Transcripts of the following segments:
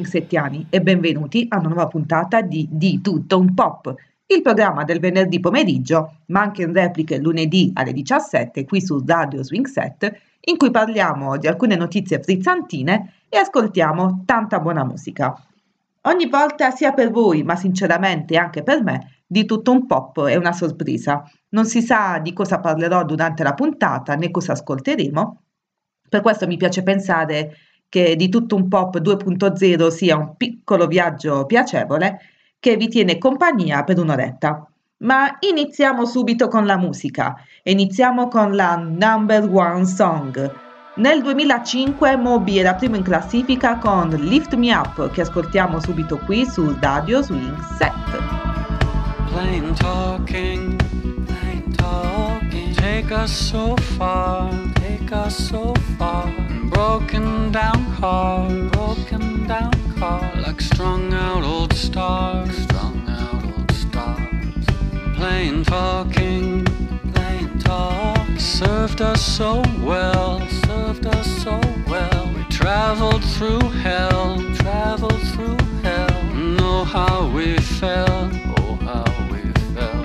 Settiani e benvenuti a una nuova puntata di Tutto un Pop, il programma del venerdì pomeriggio, ma anche in repliche lunedì alle 17 qui su Radio Swing Set, in cui parliamo di alcune notizie frizzantine e ascoltiamo tanta buona musica. Ogni volta sia per voi, ma sinceramente anche per me, di Tutto un Pop è una sorpresa. Non si sa di cosa parlerò durante la puntata né cosa ascolteremo. Per questo mi piace pensare che di Tutto un Pop 2.0 sia un piccolo viaggio piacevole che vi tiene compagnia per un'oretta. Ma iniziamo subito con la musica e iniziamo con la number one song. Nel 2005 Moby era primo in classifica con Lift Me Up, che ascoltiamo subito qui su Radio Swing Set. Plain talking, take us so far, broken down car, like strung out old stars, plain talking, served us so well, we traveled through hell, know how we felt, oh how we felt.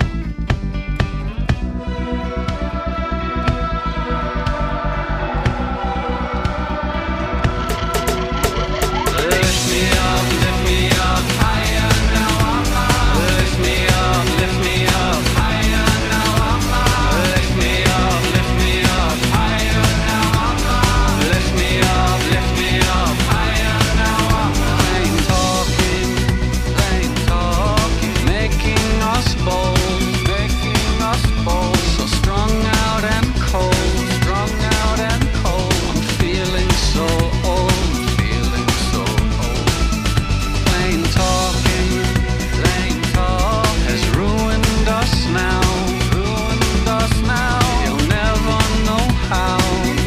Lift me up, higher now I'm up. Lift me up, higher now I'm up. Lift me up, higher now I'm up. Lift me up, higher now I'm up. Plain talking, making us bold, so strung out and cold, I'm feeling so old. Plain talking has ruined us now. You'll never know how.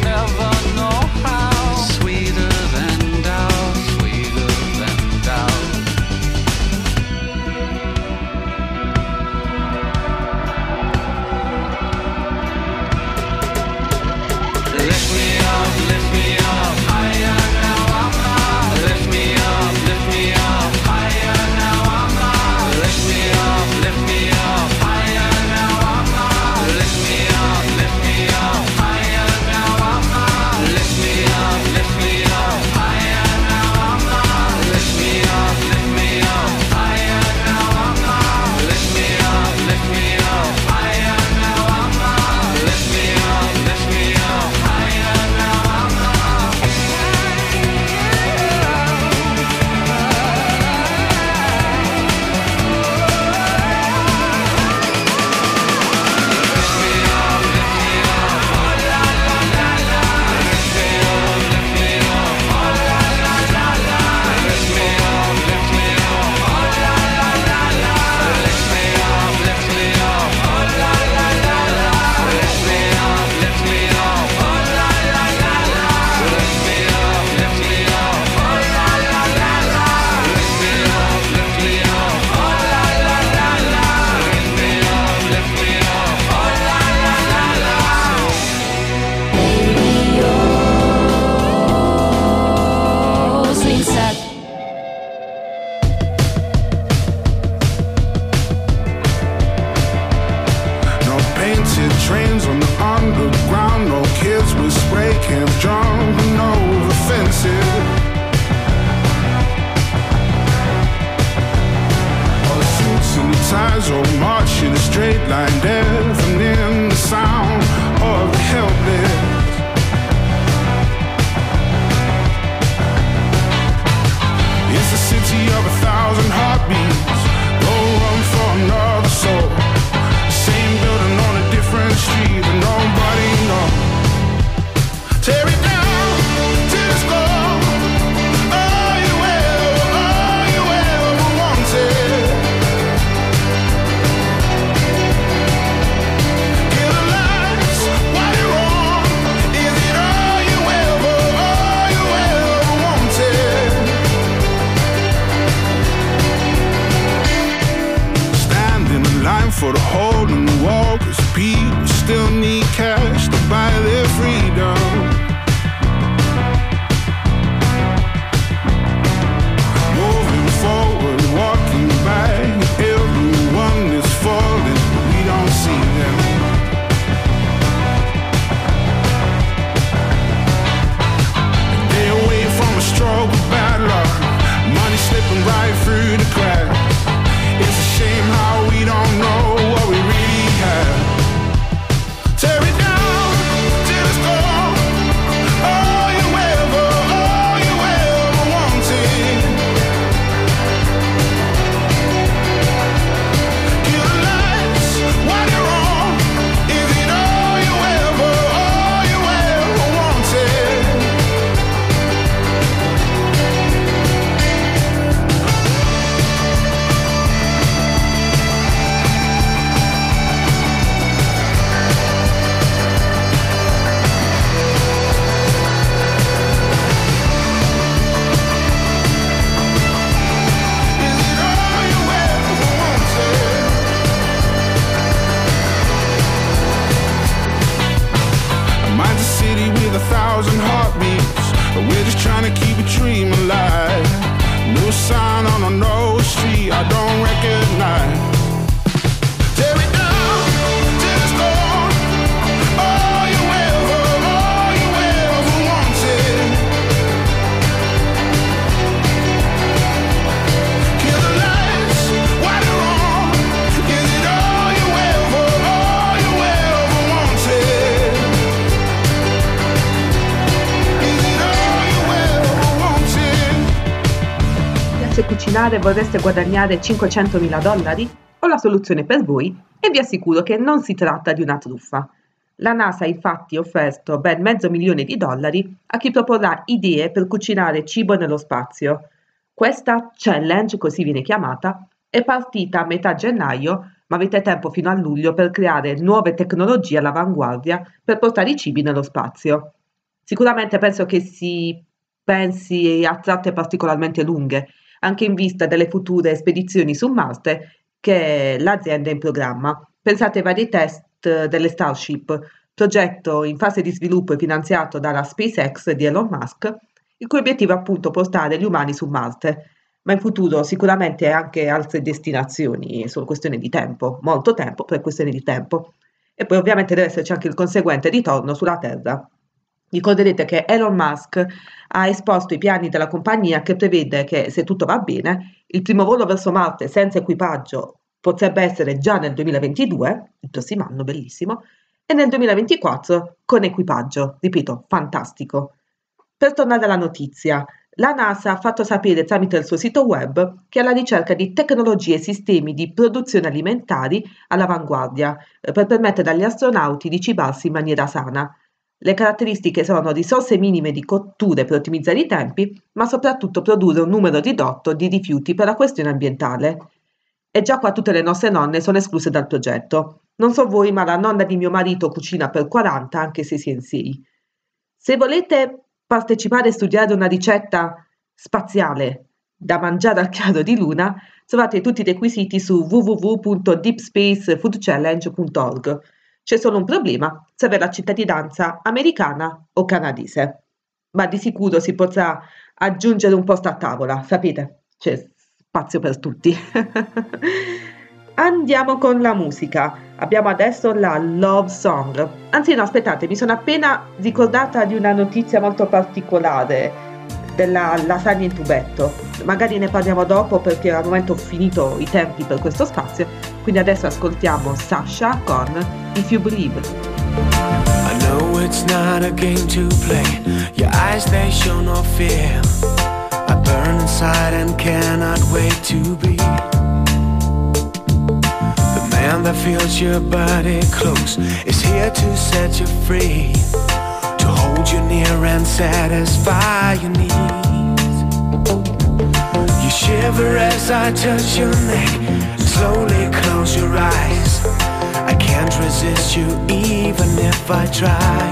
Sweeter than doubt. Lift me up, higher now I'm up. Lift me up, higher now I'm up. Lift me up, higher now I'm up. Lift me up, higher now I'm up. Lift me up, higher now I'm up. Lift me up, higher now I'm up. Lift me up, higher now I'm up. Lift me up, higher now I'm up. Swing set. No painted trains on the underground, no kids with spray cans jumping over fences. All the suits and the ties all march in a straight line, deafening the sound of the helpless. It's a city of 1,000 heartbeats, no room for another soul. Same building on a different street, but nobody knows. Tear it down to the score. All you ever wanted. Kill the lights while you're on. Is it all you ever wanted? Stand in the line for the hole in the wall, 'cause people still need cash to buy their freedom. piace cucinare e vorreste guadagnare $500.000? Ho la soluzione per voi e vi assicuro che non si tratta di una truffa. La NASA ha infatti offerto ben $500.000 a chi proporrà idee per cucinare cibo nello spazio. Questa challenge, così viene chiamata, è partita a metà gennaio, ma avete tempo fino a luglio per creare nuove tecnologie all'avanguardia per portare i cibi nello spazio. Sicuramente penso che si pensi a tratte particolarmente lunghe, anche in vista delle future spedizioni su Marte che l'azienda è in programma. Pensate ai vari test delle Starship, progetto in fase di sviluppo e finanziato dalla SpaceX di Elon Musk, il cui obiettivo è appunto portare gli umani su Marte. Ma in futuro sicuramente anche altre destinazioni, è solo questione di tempo, molto tempo, per questione di tempo. E poi ovviamente deve esserci anche il conseguente ritorno sulla Terra. Ricorderete che Elon Musk ha esposto i piani della compagnia che prevede che, se tutto va bene, il primo volo verso Marte senza equipaggio potrebbe essere già nel 2022, il prossimo anno, bellissimo, e nel 2024 con equipaggio. Ripeto, fantastico. Per tornare alla notizia, la NASA ha fatto sapere tramite il suo sito web che è alla ricerca di tecnologie e sistemi di produzione alimentari all'avanguardia per permettere agli astronauti di cibarsi in maniera sana. Le caratteristiche sono risorse minime di cotture per ottimizzare i tempi, ma soprattutto produrre un numero ridotto di rifiuti per la questione ambientale. E già qua tutte le nostre nonne sono escluse dal progetto. Non so voi, ma la nonna di mio marito cucina per 40 anche se si è in 6. Se volete partecipare e studiare una ricetta spaziale da mangiare al chiaro di luna, trovate tutti i requisiti su www.deepspacefoodchallenge.org. C'è solo un problema, serve la cittadinanza americana o canadese. Ma di sicuro si potrà aggiungere un posto a tavola, sapete, c'è spazio per tutti. Andiamo con la musica. Abbiamo adesso la Love Song. Anzi no, aspettate, mi sono appena ricordata di una notizia molto particolare della lasagna in tubetto. Magari ne parliamo dopo perché al momento ho finito i tempi per questo spazio. Quindi adesso ascoltiamo Sasha con If You Believe. I know it's not a game to play. Your eyes, they show no fear. I burn inside and cannot wait to be the man that feels your body close, is here to set you free, to hold you near and satisfy your needs. You shiver as I touch your neck. Slowly close your eyes. I can't resist you even if I try.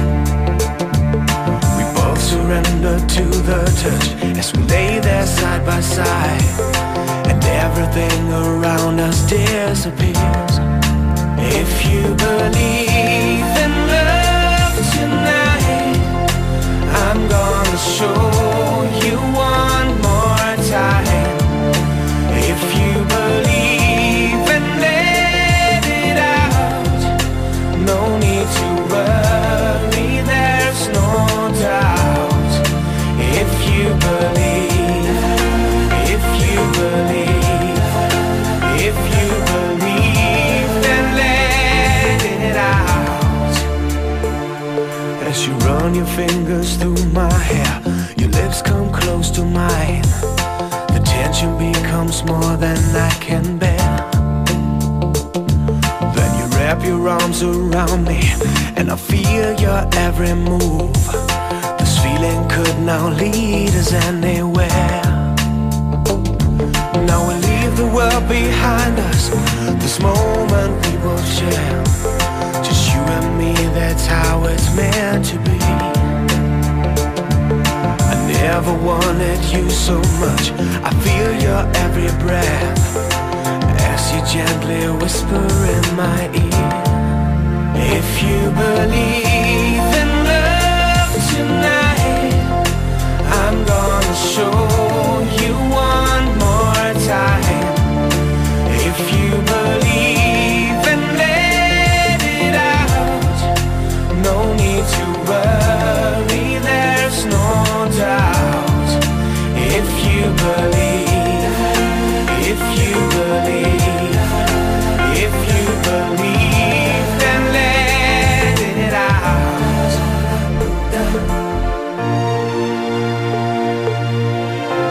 We both surrender to the touch as we lay there side by side, and everything around us disappears. If you believe in love tonight, I'm gonna show you one more time. If you believe and let it out, no need to worry, there's no doubt. If you believe, if you believe, if you believe, then let it out. As you run your fingers through my hair, your lips come close to mine. The tension becomes more than I can bear. Then you wrap your arms around me, and I feel your every move. This feeling could now lead us anywhere. Now we leave the world behind us. This moment we will share, just you and me, that's how it's meant to be. I never wanted you so much. I feel your every breath as you gently whisper in my ear. If you believe in love tonight, I'm gonna show you one more time. If you believe and let it out, no need to worry, there's no doubt. If you believe, if you believe, if you believe, then let it out.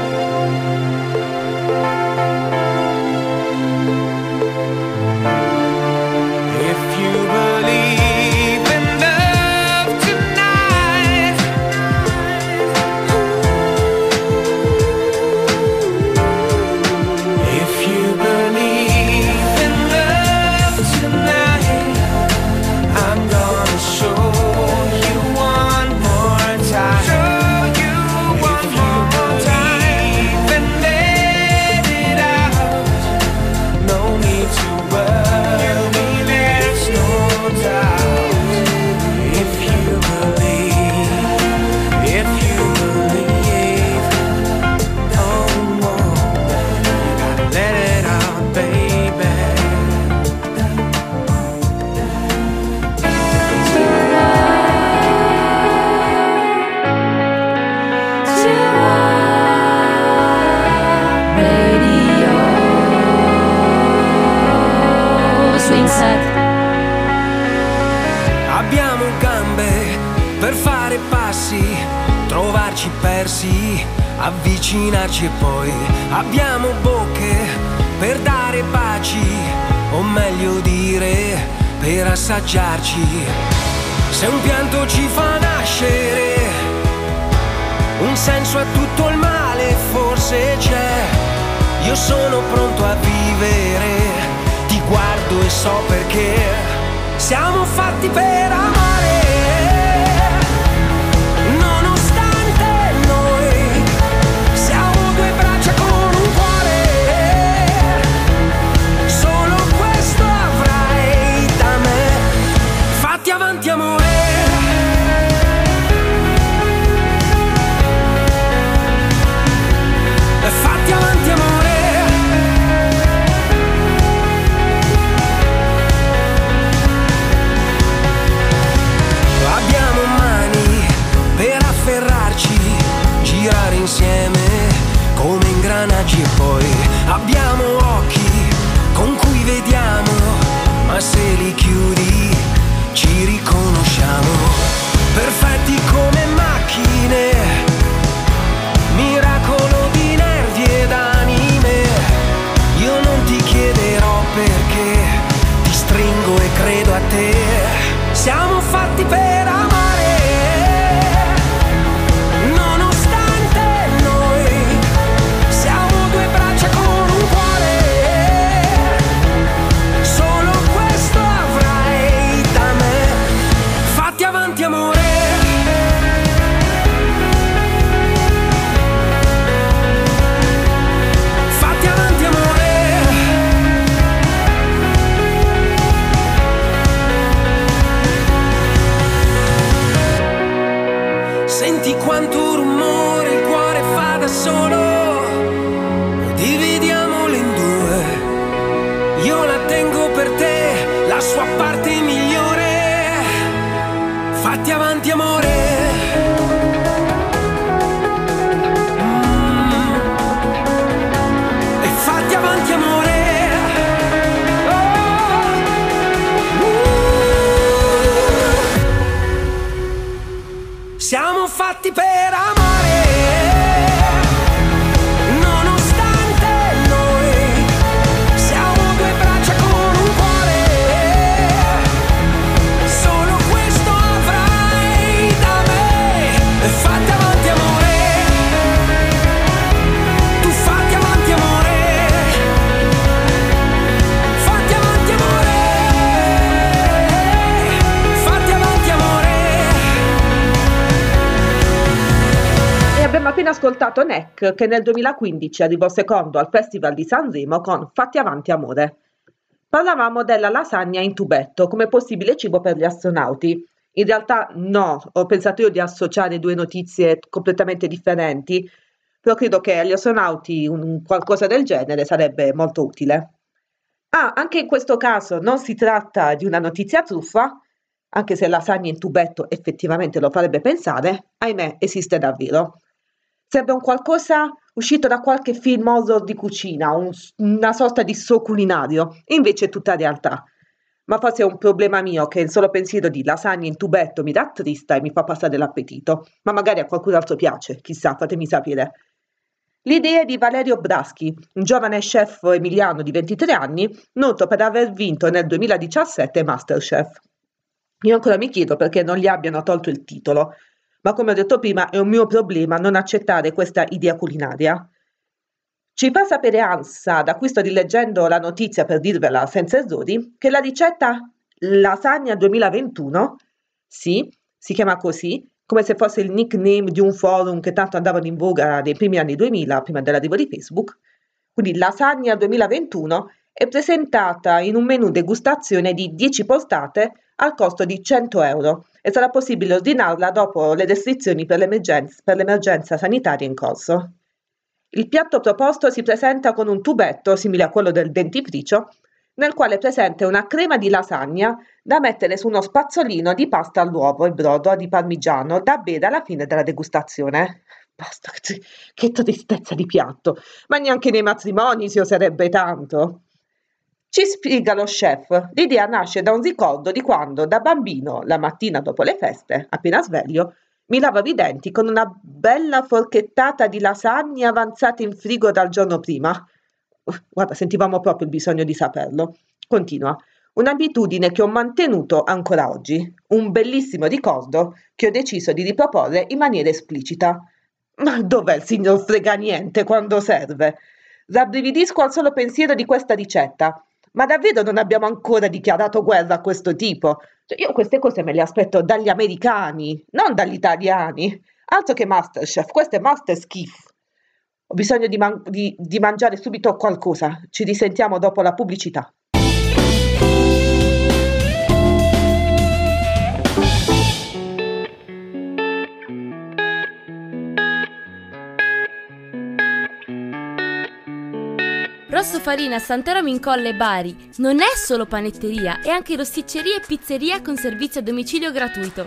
Radio Swing Set. Abbiamo gambe per fare passi, trovarci persi, avvicinarci e poi abbiamo bocche per dare baci, o meglio dire per assaggiarci. Se un pianto ci fa nascere, un senso a tutto il male forse c'è. Io sono pronto a vivere, ti guardo e so perché siamo fatti per amare. Nonostante noi siamo due braccia con un cuore, solo questo avrai da me. Fatti avanti amore. Fatti avanti amore. Abbiamo mani per afferrarci, girare insieme come ingranaggi e poi abbiamo occhi con cui vediamo, ma se li chiudi ci riconosciamo. Perfetti come macchine, miracolo di nervi ed anime. Io non ti chiederò perché, ti stringo e credo a te. Siamo fatti per amare. Nonostante noi siamo due braccia con un cuore, solo questo avrai da me. Fatti avanti amore. Senti quanto rumore il cuore fa da solo, dividiamolo in due. Io la tengo per te, la sua parte migliore. Fatti avanti amore. E fatti avanti amore. Siamo fatti per amare. Nonostante noi siamo due braccia con un cuore, solo questo avrai da me. E fatti avanti amore. Tu fatti avanti amore. Fatti avanti amore. Fatti avanti amore. E abbiamo appena ascoltato Neck, che nel 2015 arrivò secondo al Festival di Sanremo con Fatti avanti amore. Parlavamo della lasagna in tubetto come possibile cibo per gli astronauti. In realtà no, ho pensato io di associare due notizie completamente differenti, però credo che agli astronauti qualcosa del genere sarebbe molto utile. Ah, anche in questo caso non si tratta di una notizia truffa, anche se lasagna in tubetto effettivamente lo farebbe pensare, ahimè esiste davvero. Sembra un qualcosa uscito da qualche film horror di cucina, una sorta di show culinario, e invece è tutta realtà. Ma forse è un problema mio che il solo pensiero di lasagna in tubetto mi rattrista e mi fa passare l'appetito, ma magari a qualcun altro piace, chissà, fatemi sapere. L'idea è di Valerio Braschi, un giovane chef emiliano di 23 anni, noto per aver vinto nel 2017 MasterChef. Io ancora mi chiedo perché non gli abbiano tolto il titolo, ma come ho detto prima è un mio problema non accettare questa idea culinaria. Ci fa sapere Ansa, da cui sto rileggendo la notizia per dirvela senza errori, che la ricetta Lasagna 2021, sì, si chiama così, come se fosse il nickname di un forum che tanto andavano in voga nei primi anni 2000, prima dell'arrivo di Facebook, quindi Lasagna 2021 è presentata in un menù degustazione di 10 postate al costo di 100 euro e sarà possibile ordinarla dopo le restrizioni per l'emergenza sanitaria in corso. Il piatto proposto si presenta con un tubetto simile a quello del dentifricio, nel quale è presente una crema di lasagna da mettere su uno spazzolino di pasta all'uovo e brodo di parmigiano da bere alla fine della degustazione. Basta, che tristezza di piatto, ma neanche nei matrimoni si oserebbe tanto. Ci spiega lo chef, l'idea nasce da un ricordo di quando da bambino, la mattina dopo le feste, appena sveglio, mi lavavo i denti con una bella forchettata di lasagne avanzate in frigo dal giorno prima. Guarda, sentivamo proprio il bisogno di saperlo. Continua. Un'abitudine che ho mantenuto ancora oggi, un bellissimo ricordo che ho deciso di riproporre in maniera esplicita. Ma dov'è il signor Freganiente quando serve? Rabbrividisco al solo pensiero di questa ricetta. Ma davvero non abbiamo ancora dichiarato guerra a questo tipo? Cioè, io queste cose me le aspetto dagli americani, non dagli italiani. Altro che Masterchef, questo è Master Schif. Ho bisogno di mangiare subito qualcosa. Ci risentiamo dopo la pubblicità. Rosso Farina a Santeramo in Colle Bari non è solo panetteria, è anche rosticceria e pizzeria con servizio a domicilio gratuito.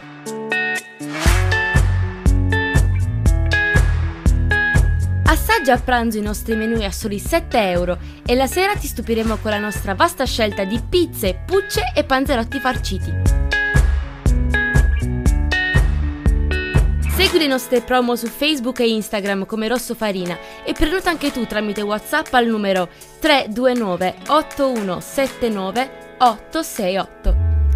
Assaggia a pranzo i nostri menù a soli 7 euro e la sera ti stupiremo con la nostra vasta scelta di pizze, pucce e panzerotti farciti. Segui le nostre promo su Facebook e Instagram come Rosso Farina e prenota anche tu tramite WhatsApp al numero 329 8179 868.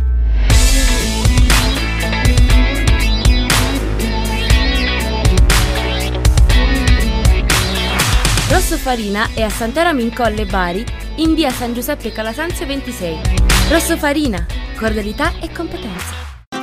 Rosso Farina è a Santeramo in Colle Bari, in via San Giuseppe Calasanzio 26. Rosso Farina, cordialità e competenza.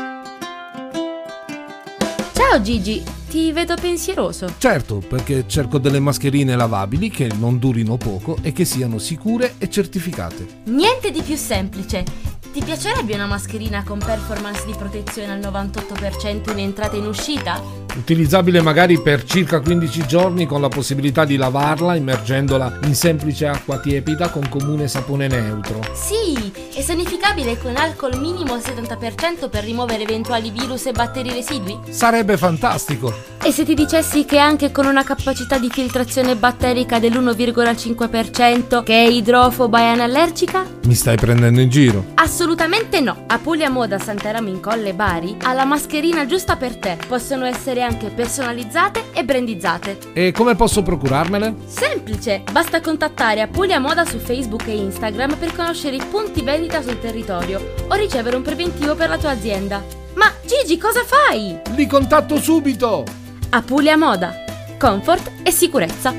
Ciao Gigi, ti vedo pensieroso. Certo, perché cerco delle mascherine lavabili che non durino poco e che siano sicure e certificate. Niente di più semplice. Ti piacerebbe una mascherina con performance di protezione al 98% in entrata e in uscita? Utilizzabile magari per circa 15 giorni con la possibilità di lavarla immergendola in semplice acqua tiepida con comune sapone neutro. Sì, e sanificabile con alcol minimo al 70% per rimuovere eventuali virus e batteri residui? Sarebbe fantastico! E se ti dicessi che anche con una capacità di filtrazione batterica dell'1,5% che è idrofoba e anallergica? Mi stai prendendo in giro? Assolutamente no! A Puglia Moda Santeramo in Colle Bari ha la mascherina giusta per te. Possono essere anche personalizzate e brandizzate. E come posso procurarmele? Semplice! Basta contattare Apulia Moda su Facebook e Instagram per conoscere i punti vendita sul territorio o ricevere un preventivo per la tua azienda. Ma Gigi, cosa fai? Li contatto subito! Apulia Moda. Comfort e sicurezza.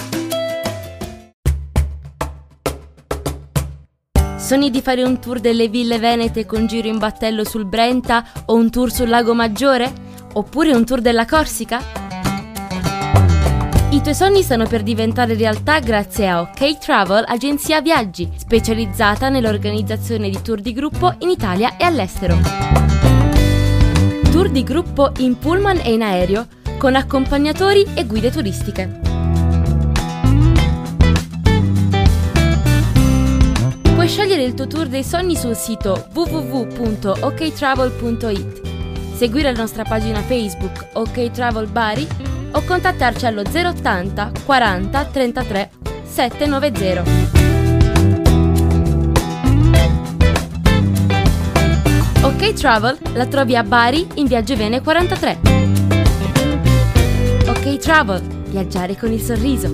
Sogni di fare un tour delle ville venete con giro in battello sul Brenta o un tour sul Lago Maggiore? Oppure un tour della Corsica? I tuoi sogni stanno per diventare realtà grazie a OK Travel, agenzia viaggi, specializzata nell'organizzazione di tour di gruppo in Italia e all'estero. Tour di gruppo in pullman e in aereo, con accompagnatori e guide turistiche. Puoi scegliere il tuo tour dei sogni sul sito www.oktravel.it, seguire la nostra pagina Facebook OK Travel Bari o contattarci allo 080 40 33 790. OK Travel la trovi a Bari in via Giovene 43. OK Travel, viaggiare con il sorriso.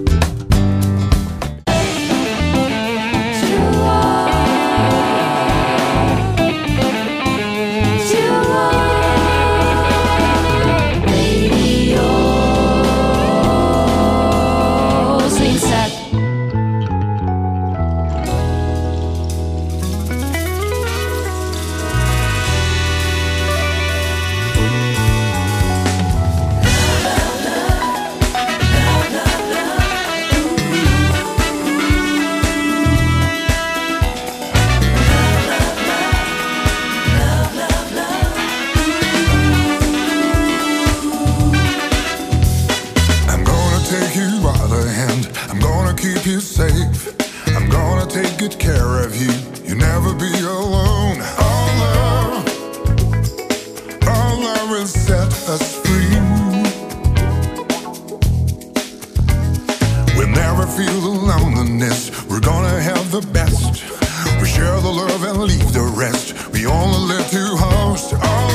feel the loneliness. We're gonna have the best. We share the love and leave the rest. We only live to host our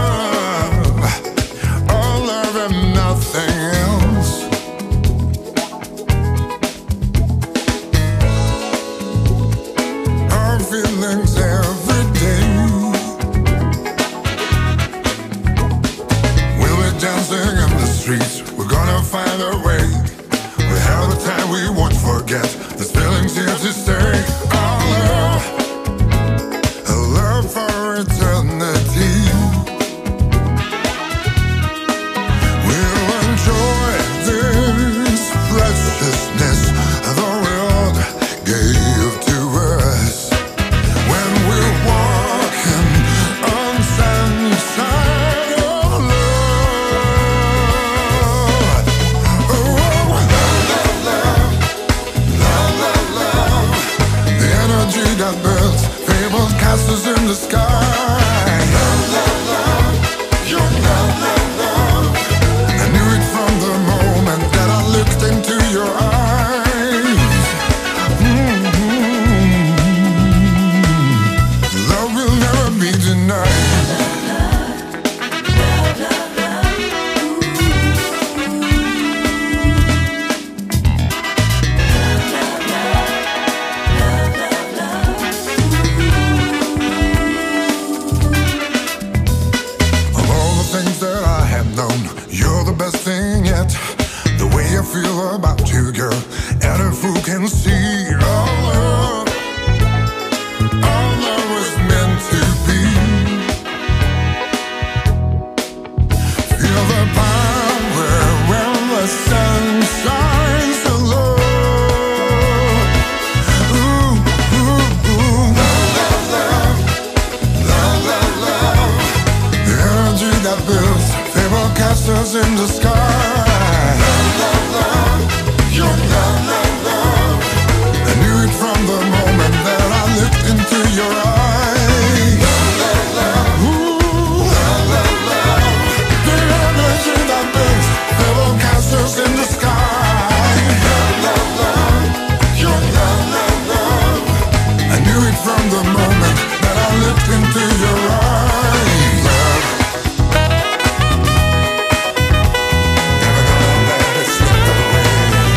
love and nothing else. Our feelings every day. We'll be dancing in the streets. We're gonna find a way. We have a time we won't forget. This feeling's here to stay. Our love, a love for eternity. We'll enjoy this preciousness the world gave to us. When we're walking on sunshine of love. Oh, love, love, love, love, love, love. The energy that builds fabled castles in the sky. Love, love, love, your love, love, love. I knew it from the moment that I looked into your eyes. Love will never be denied. Of all the things that I have known, you're the best thing yet. The way I feel about you, girl, and if who can see our love was meant to be. Feel the power when the sun shines so low. Ooh, ooh, ooh. Love, love, love, love, love, love. The energy that builds fabled castles in the sky. Love, love, love, your love, love, love. I knew it from the moment that I looked into your eyes. Love, love, love, ooh, love, love, love. The energy that builds fabled castles in the sky. Love, love, love, your love, love, love. I knew it from the moment that I looked into your eyes. Love. Never gonna let it slip away.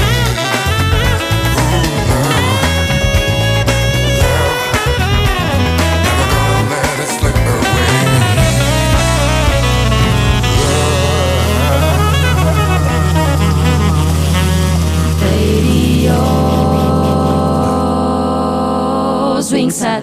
Ooh, love. Love. Never gonna let it slip away. Radio Swing Set.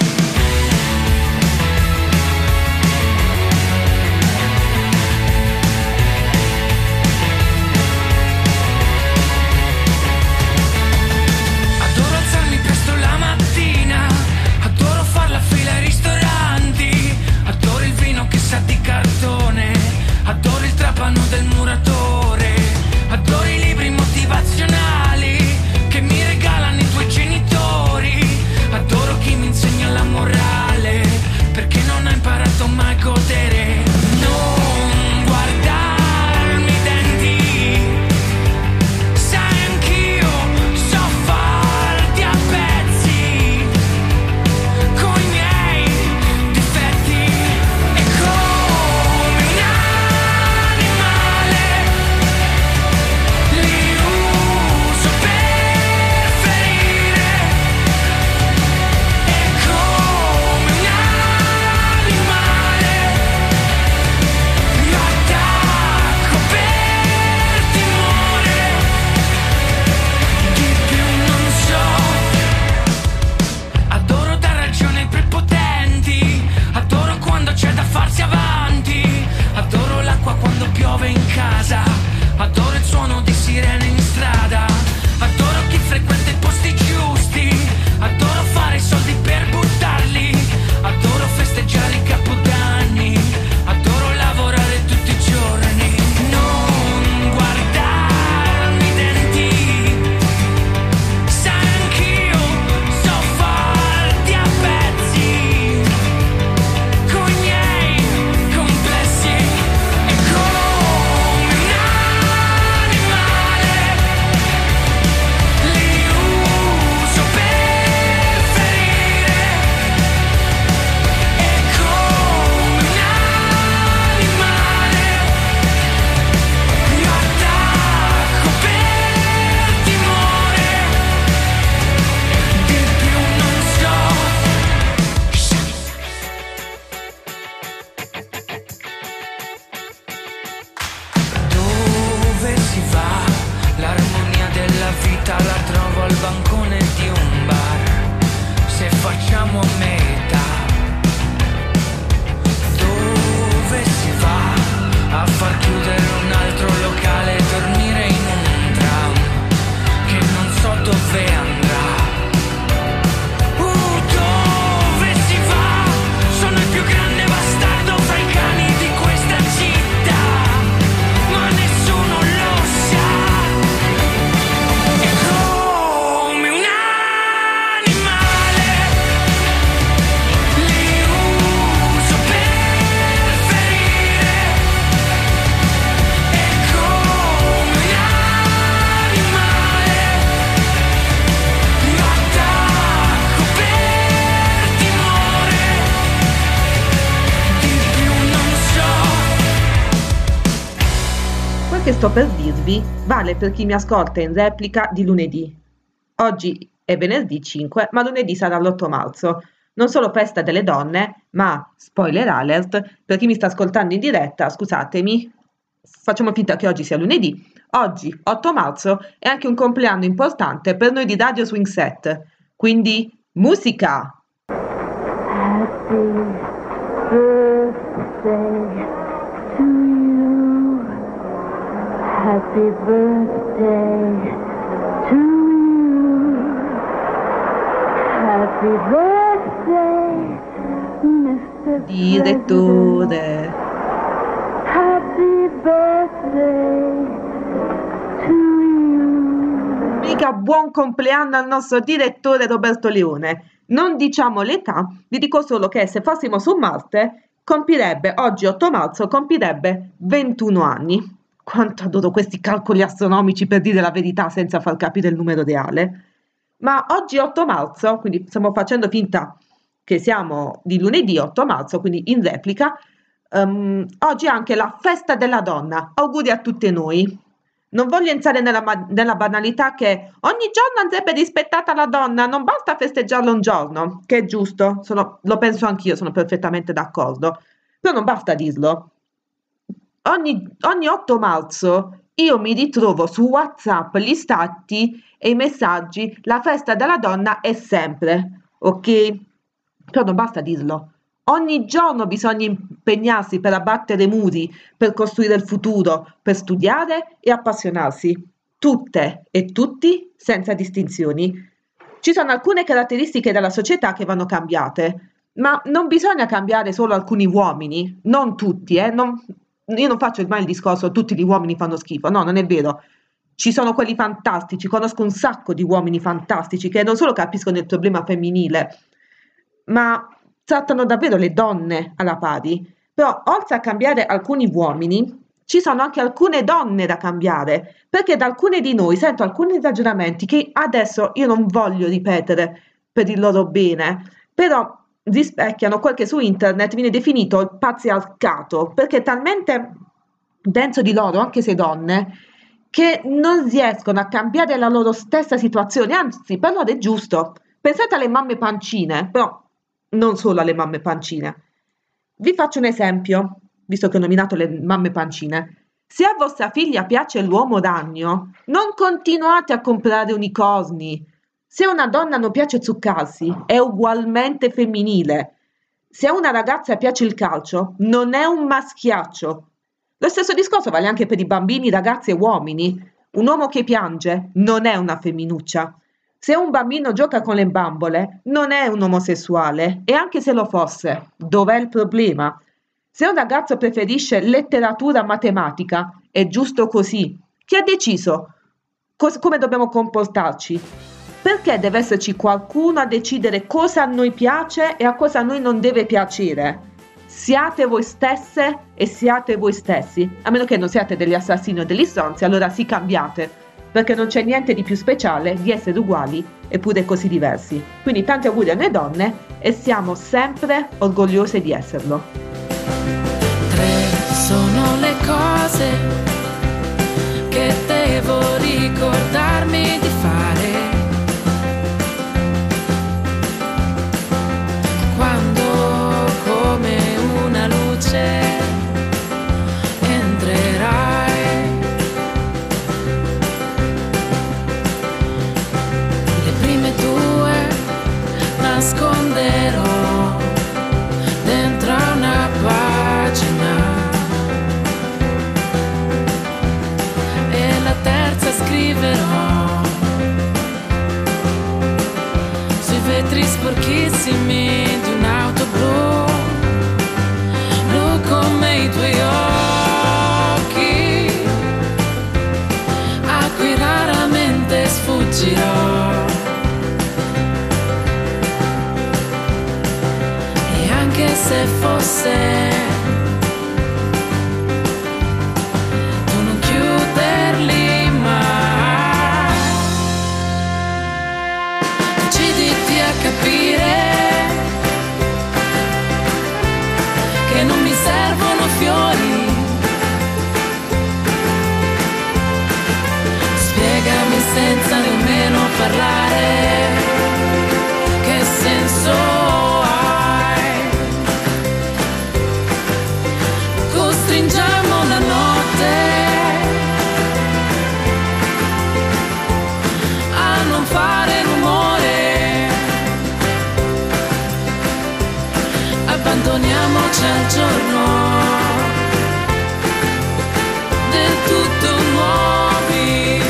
Adoro alzarmi presto la mattina, adoro far la fila ai ristoranti, adoro il vino che sa di cartone, adoro il trapano del muratore, adoro i libri motivazionali che mi regalano i tuoi genitori, adoro chi mi insegna sto per dirvi vale per chi mi ascolta in replica di lunedì. Oggi è venerdì 5, ma lunedì sarà l'8 marzo. Non solo festa delle donne, ma, spoiler alert, per chi mi sta ascoltando in diretta, scusatemi, facciamo finta che oggi sia lunedì. Oggi, 8 marzo, è anche un compleanno importante per noi di Radio Swing Set. Quindi, musica! Happy birthday to you. Happy birthday to you. Happy birthday, Mr. Direttore. President. Happy birthday to you. Mica buon compleanno al nostro direttore Roberto Leone. Non diciamo l'età, vi dico solo che se fossimo su Marte, compirebbe, oggi 8 marzo, compirebbe 21 anni. Quanto adoro questi calcoli astronomici per dire la verità senza far capire il numero reale. Ma oggi 8 marzo, quindi stiamo facendo finta che siamo di lunedì 8 marzo, quindi in replica, oggi è anche la festa della donna. Auguri a tutte noi. Non voglio entrare nella banalità che ogni giorno andrebbe rispettata la donna, non basta festeggiarla un giorno, che è giusto, lo penso anch'io, sono perfettamente d'accordo, però non basta dirlo. Ogni 8 marzo io mi ritrovo su WhatsApp gli stati e i messaggi, la festa della donna è sempre, ok? Però non basta dirlo. Ogni giorno bisogna impegnarsi per abbattere muri, per costruire il futuro, per studiare e appassionarsi. Tutte e tutti, senza distinzioni. Ci sono alcune caratteristiche della società che vanno cambiate, ma non bisogna cambiare solo alcuni uomini, non tutti, io non faccio mai il discorso tutti gli uomini fanno schifo, no, non è vero. Ci sono quelli fantastici, conosco un sacco di uomini fantastici che non solo capiscono il problema femminile, ma trattano davvero le donne alla pari. Però oltre a cambiare alcuni uomini, ci sono anche alcune donne da cambiare, perché da alcune di noi sento alcuni ragionamenti che adesso io non voglio ripetere per il loro bene, però rispecchiano quel che su internet viene definito il patriarcato, perché è talmente denso di loro, anche se donne, che non riescono a cambiare la loro stessa situazione, anzi per loro è giusto. Pensate alle mamme pancine, però non solo alle mamme pancine. Vi faccio un esempio, visto che ho nominato le mamme pancine. Se a vostra figlia piace l'uomo ragno, non continuate a comprare unicorni. Se a una donna non piace zuccarsi, è ugualmente femminile. Se a una ragazza piace il calcio, non è un maschiaccio. Lo stesso discorso vale anche per i bambini, ragazzi e uomini. Un uomo che piange non è una femminuccia. Se un bambino gioca con le bambole, non è un omosessuale, e anche se lo fosse, dov'è il problema? Se un ragazzo preferisce letteratura matematica, è giusto così. Chi ha deciso come dobbiamo comportarci? Perché deve esserci qualcuno a decidere cosa a noi piace e a cosa a noi non deve piacere? Siate voi stesse e siate voi stessi, a meno che non siate degli assassini o degli stronzi, allora sì cambiate. Perché non c'è niente di più speciale di essere uguali eppure così diversi. Quindi tanti auguri a noi donne e siamo sempre orgogliose di esserlo. 3 sono le cose che devo ricordarmi di fare quando come una luce entrerai. Nasconderò dentro una pagina e la terza scriverò sui vetri sporchissimi di un'auto blu, blu come i tuoi occhi, a cui raramente sfuggirò. Anche se fosse tu non chiuderli mai, deciditi a capire che non mi servono fiori appendoniamoci al giorno del tutto nuovi.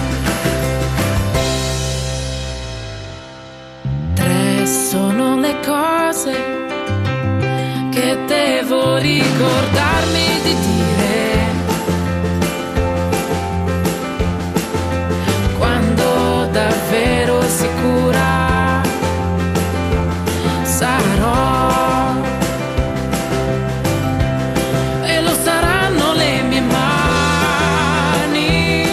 3 sono le cose che devo ricordarmi di dire quando davvero sicura sarò, e lo saranno le mie mani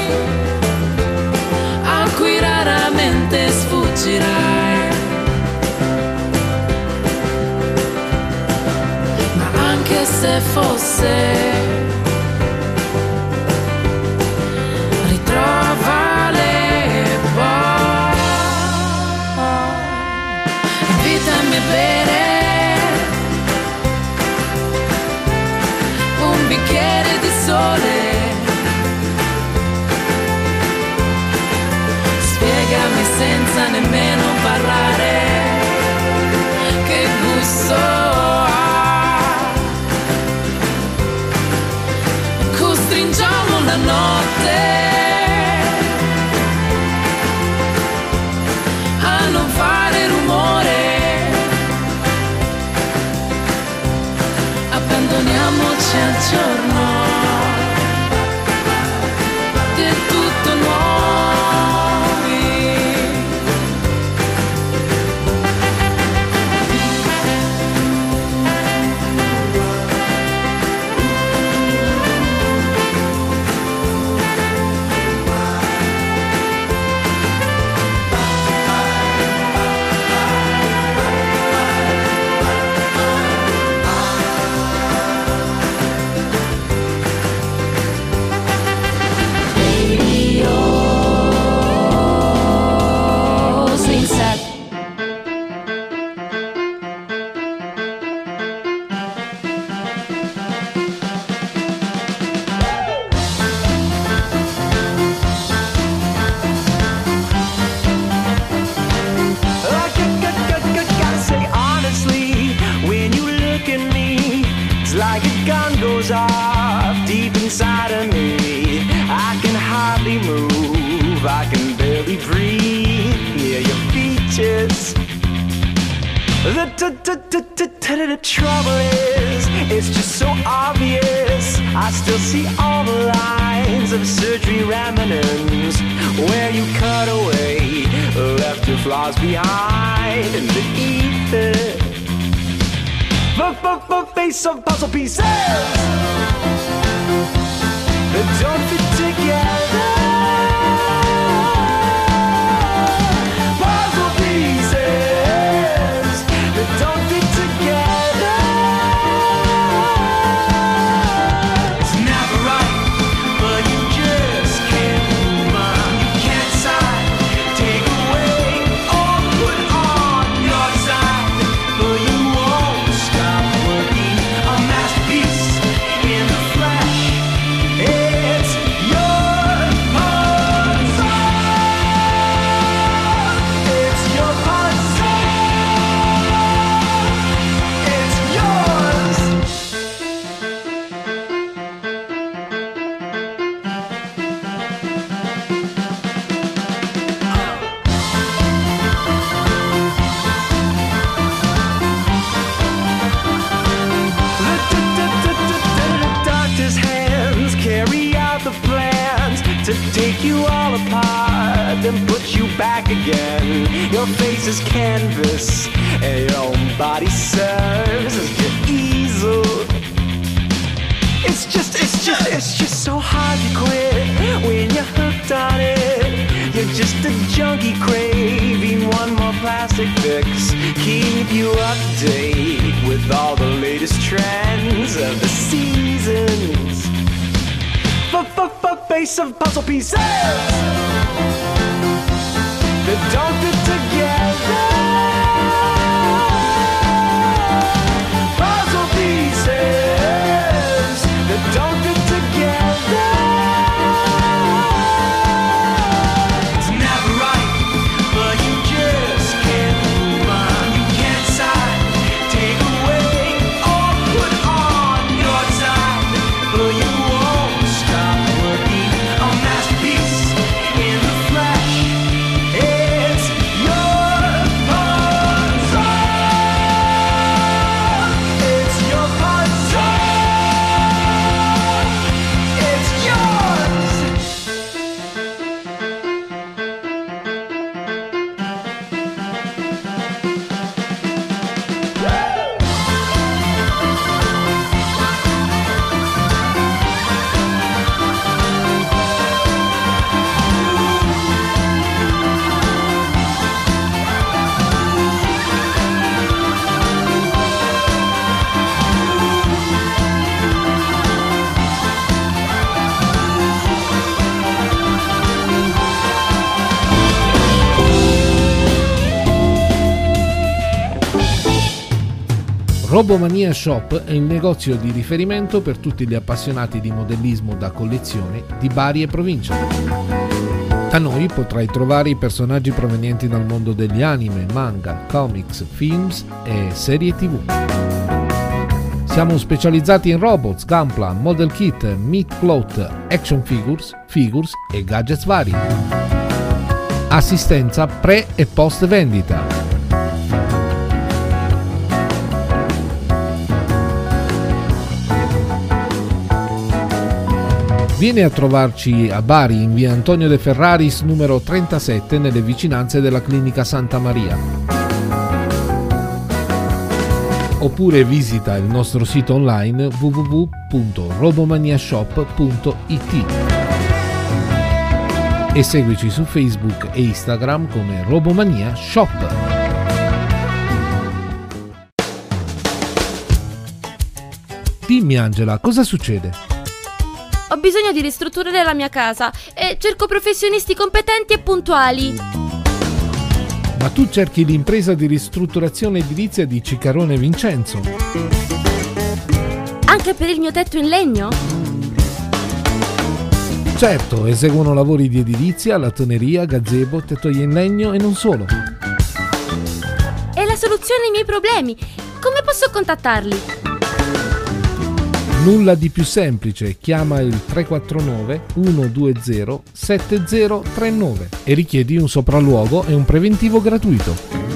a cui raramente sfuggirai, ma anche se fosse, ritrovale poi, invitami a bere un bicchiere di sole, spiegami senza nemmeno parlare che gusto ha, costringiamo la notte a non fare rumore, abbandoniamoci al giorno del tutto nuovi. Swing set. Gotta say honestly, when you look at me, it's like a gun goes off deep inside of me. I can hardly move, I can barely breathe. Yeah, your features. The trouble is, it's just so obvious. I still see all the lines of surgery remnants where you cut away, left your flaws behind in the ether. Face of puzzle pieces that don't fit together. Puzzle pieces that don't fit together. It's never right, but you just can't move on. You can't decide, take away or put on your side, but you won't stop working a masterpiece in the flesh. It's your puzzle. It's your puzzle. It's yours. The doctor's hands carry out the plans to take you all apart and put you back again. Your face is canvas and your own body serves as your easel. It's just so hard to quit when you're hooked on it. You're just a junkie craving one more plastic fix. Keep you updated with all the latest trends of the seasons. Face of puzzle pieces that don't fit together. Puzzle pieces that don't fit together. It's never right, but you just can't move on. You can't decide, take away or put Robomania Shop è il negozio di riferimento per tutti gli appassionati di modellismo da collezione di Bari e provincia. Da noi potrai trovare i personaggi provenienti dal mondo degli anime, manga, comics, films e serie TV. Siamo specializzati in robots, gunpla, model kit, meat float, action figures, figures e gadgets vari. Assistenza pre e post vendita. Vieni a trovarci a Bari in via Antonio De Ferraris numero 37 nelle vicinanze della clinica Santa Maria. Oppure visita il nostro sito online www.robomaniashop.it e seguici su Facebook e Instagram come Robomania Shop. Dimmi Angela, cosa succede? Ho bisogno di ristrutturare la mia casa e cerco professionisti competenti e puntuali. Ma tu cerchi l'impresa di ristrutturazione edilizia di Ciccarone Vincenzo. Anche per il mio tetto in legno? Certo, eseguono lavori di edilizia, lattoneria, gazebo, tettoie in legno e non solo. È la soluzione ai miei problemi. Come posso contattarli? Nulla di più semplice, chiama il 349 120 7039 e richiedi un sopralluogo e un preventivo gratuito.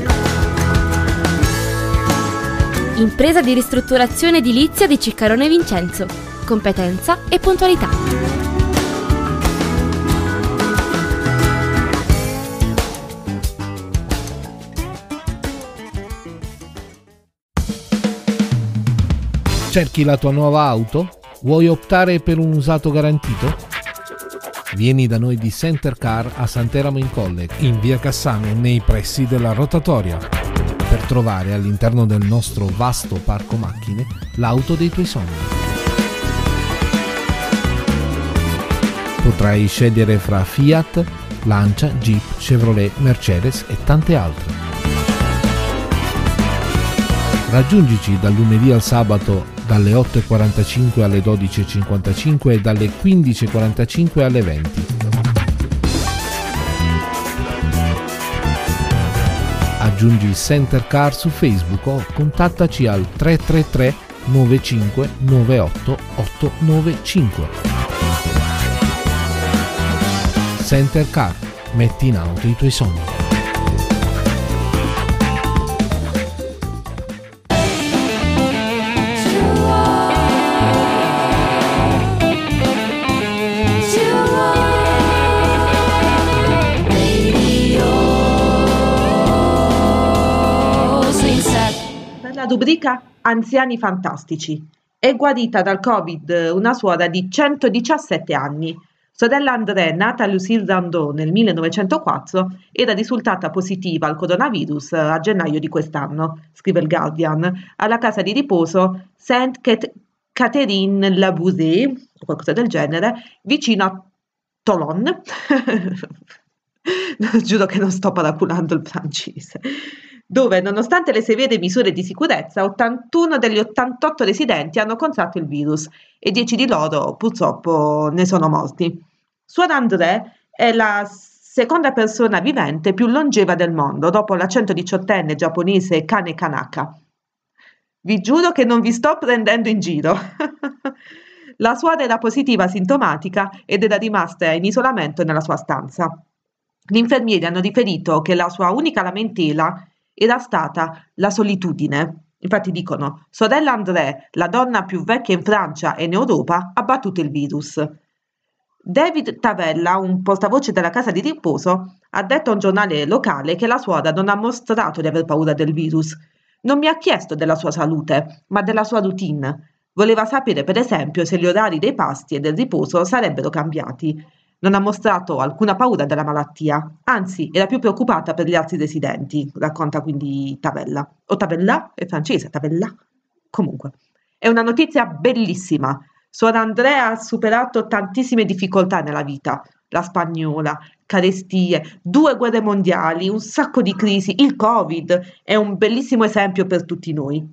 Impresa di ristrutturazione edilizia di Ciccarone Vincenzo. Competenza e puntualità. Cerchi la tua nuova auto? Vuoi optare per un usato garantito? Vieni da noi di Center Car a Sant'Eramo in Colle, in via Cassano, nei pressi della rotatoria, per trovare all'interno del nostro vasto parco macchine l'auto dei tuoi sogni. Potrai scegliere fra Fiat, Lancia, Jeep, Chevrolet, Mercedes e tante altre. Raggiungici dal lunedì al sabato dalle 8.45 alle 12.55 e dalle 15.45 alle 20. Aggiungi Center Car su Facebook o contattaci al 333 95 98 895. Center Car, metti in auto i tuoi sogni. La rubrica Anziani Fantastici. È guarita dal Covid una suora di 117 anni. Sorella André, nata a Lucille-Zandon nel 1904, era risultata positiva al coronavirus a gennaio di quest'anno, scrive il Guardian, alla casa di riposo Sainte-Catherine-la-Bousée, o qualcosa del genere, vicino a Toulon. Giuro che non sto paraculando il francese. Dove, nonostante le severe misure di sicurezza, 81 degli 88 residenti hanno contratto il virus e 10 di loro purtroppo ne sono morti. Suor André è la seconda persona vivente più longeva del mondo, dopo la 118enne giapponese Kane Kanaka. Vi giuro che non vi sto prendendo in giro. La suora era positiva sintomatica ed era rimasta in isolamento nella sua stanza. Gli infermieri hanno riferito che la sua unica lamentela era stata la solitudine. Infatti dicono: sorella André, la donna più vecchia in Francia e in Europa, ha battuto il virus. David Tavella, un portavoce della casa di riposo, ha detto a un giornale locale che la suora non ha mostrato di aver paura del virus. Non mi ha chiesto della sua salute, ma della sua routine. Voleva sapere, per esempio, se gli orari dei pasti e del riposo sarebbero cambiati. Non ha mostrato alcuna paura della malattia, anzi era più preoccupata per gli altri residenti, racconta quindi Tavella. O Tavella? È francese, Tavella? Comunque, è una notizia bellissima. Suor Andrea ha superato tantissime difficoltà nella vita. La spagnola, carestie, 2 guerre mondiali, un sacco di crisi, il Covid è un bellissimo esempio per tutti noi.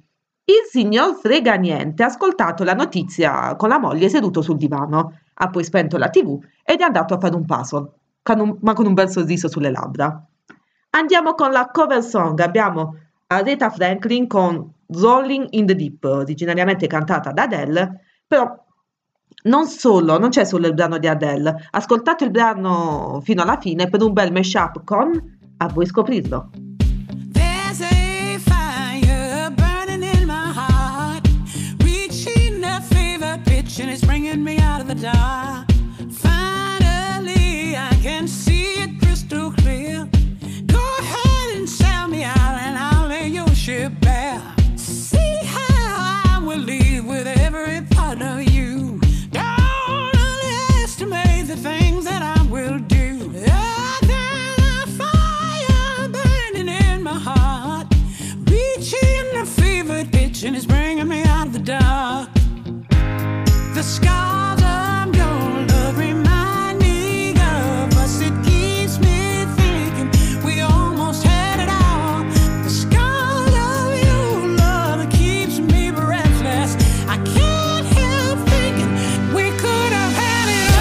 Il signor Freganiente ha ascoltato la notizia con la moglie seduto sul divano, ha poi spento la TV ed è andato a fare un puzzle, ma con un bel sorriso sulle labbra. Andiamo con la cover song, abbiamo Aretha Franklin con Rolling in the Deep, originariamente cantata da Adele, però non c'è solo il brano di Adele, ascoltate il brano fino alla fine per un bel mashup con A voi scoprirlo. There's a fire burning in my heart, reaching a fever pitch and it's bringing me out of the dark. Finally, I can see it crystal clear. Go ahead and sell me out and I'll lay your ship bare. See how I will leave with every part of you. Don't underestimate the things that I will do. There's a fire burning in my heart, reaching a fever pitch and it's bringing me out of the dark. The scars of your love remind me of us. It keeps me thinking we almost had it all. The scars of your love keeps me breathless. I can't help thinking we could have had it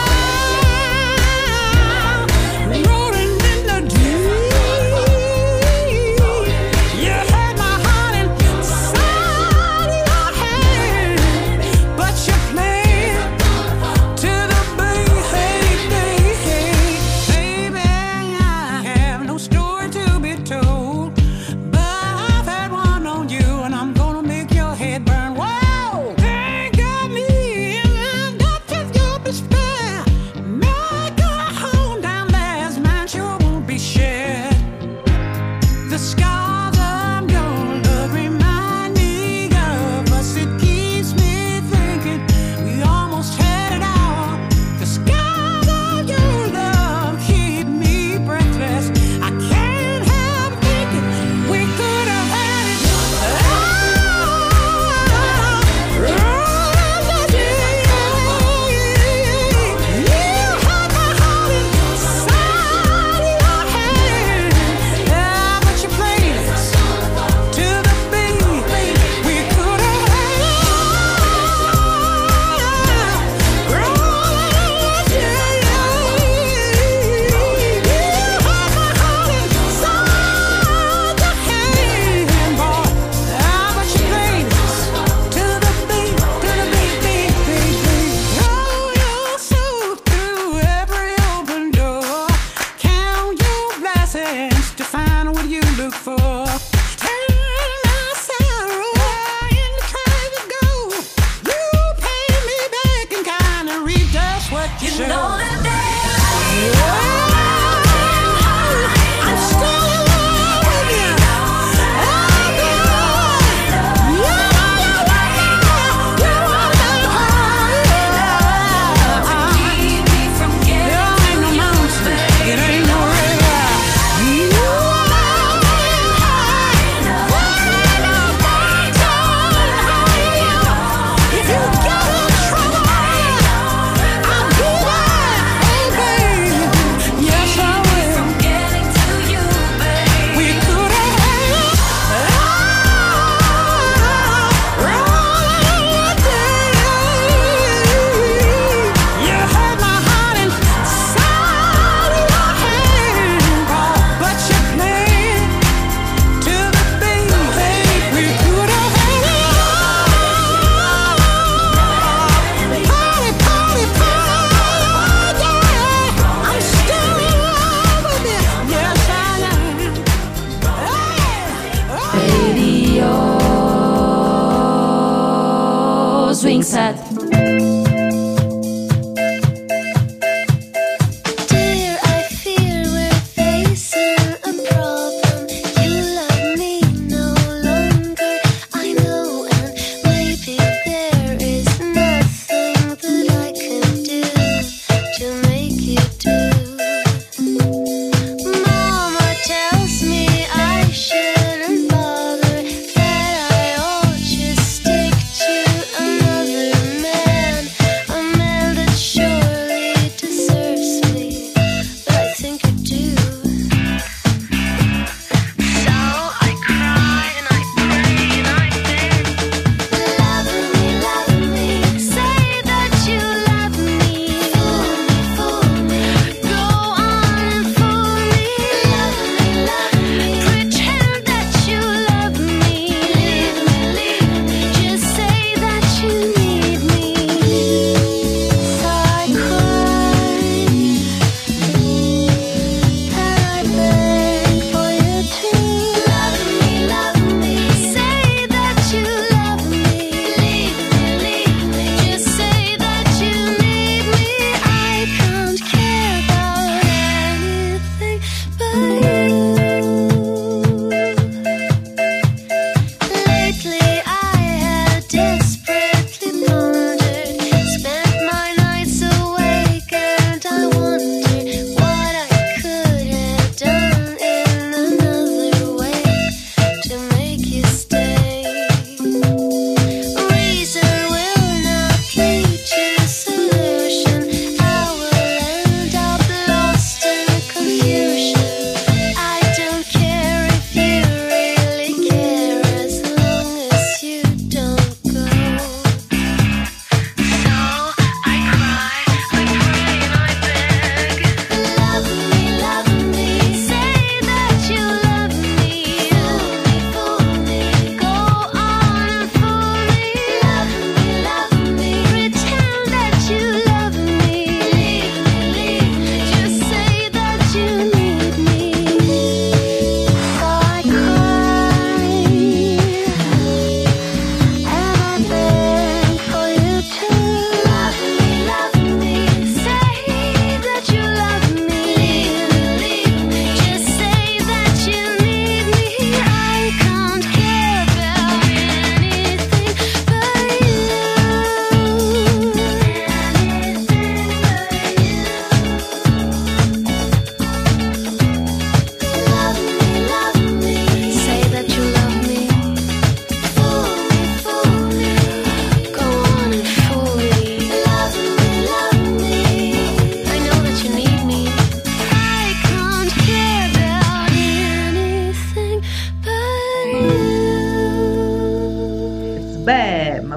all. Rolling in the deep. You had my heart inside your hand, but you played to the baby. I have no story to be told, but I've had one on you and I'm gonna make your head burn. Whoa! Think of me in the depth of your despair. Make a home down there's mine sure won't be shared. The scars of your love remind me of us. It keeps me thinking we almost had it all. The scars of your love keep me breathless. I can't help thinking we could have had it all. You had my heart inside your hand, but you played it to the beat. We could have had it to find what you look for. Turn my sorrow into trying to go. You pay me back and kind of reap just what you sow. I'm still in love with you. It ain't no river. If you get in trouble, I'll be there, oh baby. Yes, I will. We could have had it right there. You had my heart inside your hand, but you played to the beat. We could have had it all. Party, party, party, yeah. I'm still in love with you. Yes, I am. Radio Swing Set. Dear, I fear we're facing a problem. You love me no longer, I know, and maybe there is nothing that I can do to make you do. Mama tells me I shouldn't bother, that I ought just stick to another man.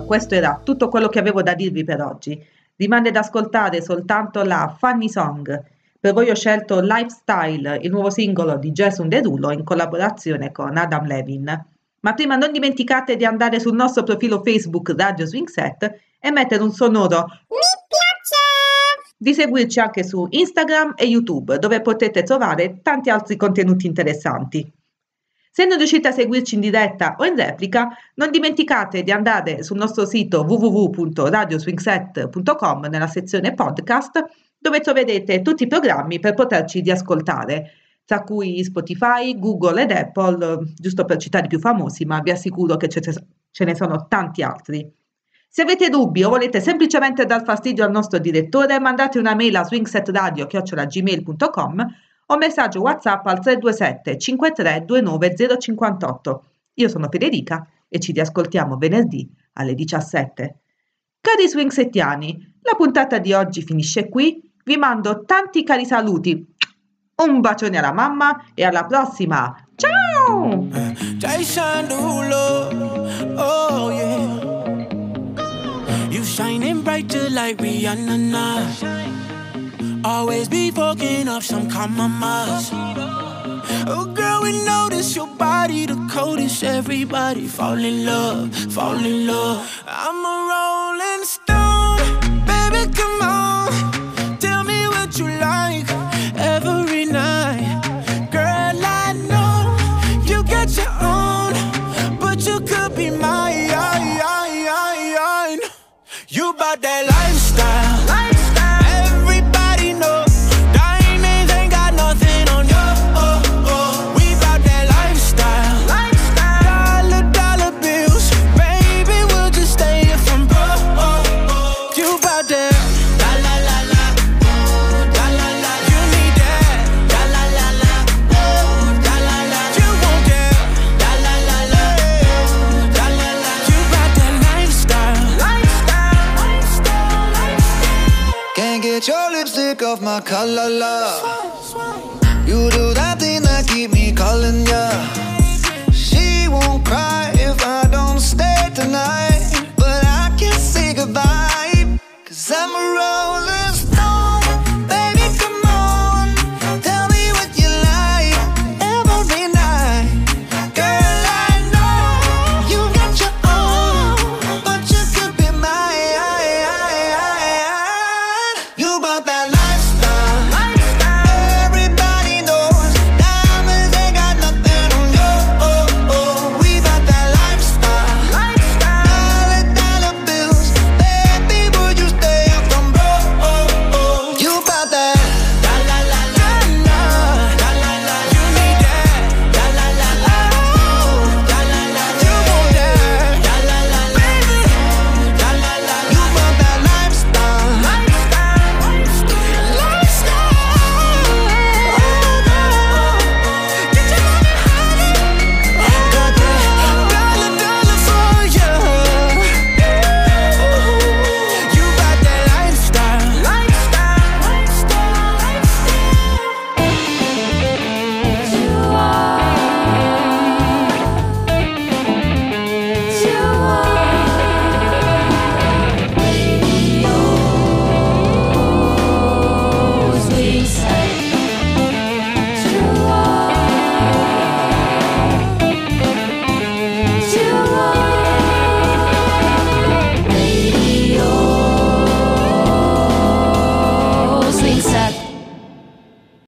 questo era tutto quello che avevo da dirvi per oggi. Rimane da ascoltare soltanto la Funny Song. Per voi ho scelto Lifestyle, il nuovo singolo di Jason Derulo in collaborazione con Adam Levin. Ma prima non dimenticate di andare sul nostro profilo Facebook Radio Swing Set e mettere un sonoro mi piace! Di seguirci anche su Instagram e YouTube, dove potete trovare tanti altri contenuti interessanti. Se non riuscite a seguirci in diretta o in replica, non dimenticate di andare sul nostro sito www.radioswingset.com nella sezione podcast, dove troverete tutti i programmi per poterci riascoltare, tra cui Spotify, Google ed Apple, giusto per citare i più famosi, ma vi assicuro che ce ne sono tanti altri. Se avete dubbi o volete semplicemente dar fastidio al nostro direttore, mandate una mail a swingsetradio@gmail.com o messaggio WhatsApp al 327 5329 058. Io sono Federica e ci riascoltiamo venerdì alle 17. Cari swingsettiani, la puntata di oggi finisce qui. Vi mando tanti cari saluti. Un bacione alla mamma e alla prossima. Ciao! Jason Derulo, oh yeah. You shining brighter like Rihanna now. Always be fucking up some compromise. Oh girl, we notice your body the coldest. Everybody fall in love, fall in love. I'm a rolling stone, baby, come on. Tell me what you like every night. Girl, I know you got your own, but you could be mine. You bout that lifestyle. Everybody know diamonds ain't got nothing on you. We bout that lifestyle. Dollar bills, baby, we'll just stay here from broke. You bout that la la la la, la la la. You need that la la la la, la la la. You want that la la la la, la la la. You bout that lifestyle. Can't get your lipstick off my collar, love. You do that thing that keep me calling ya.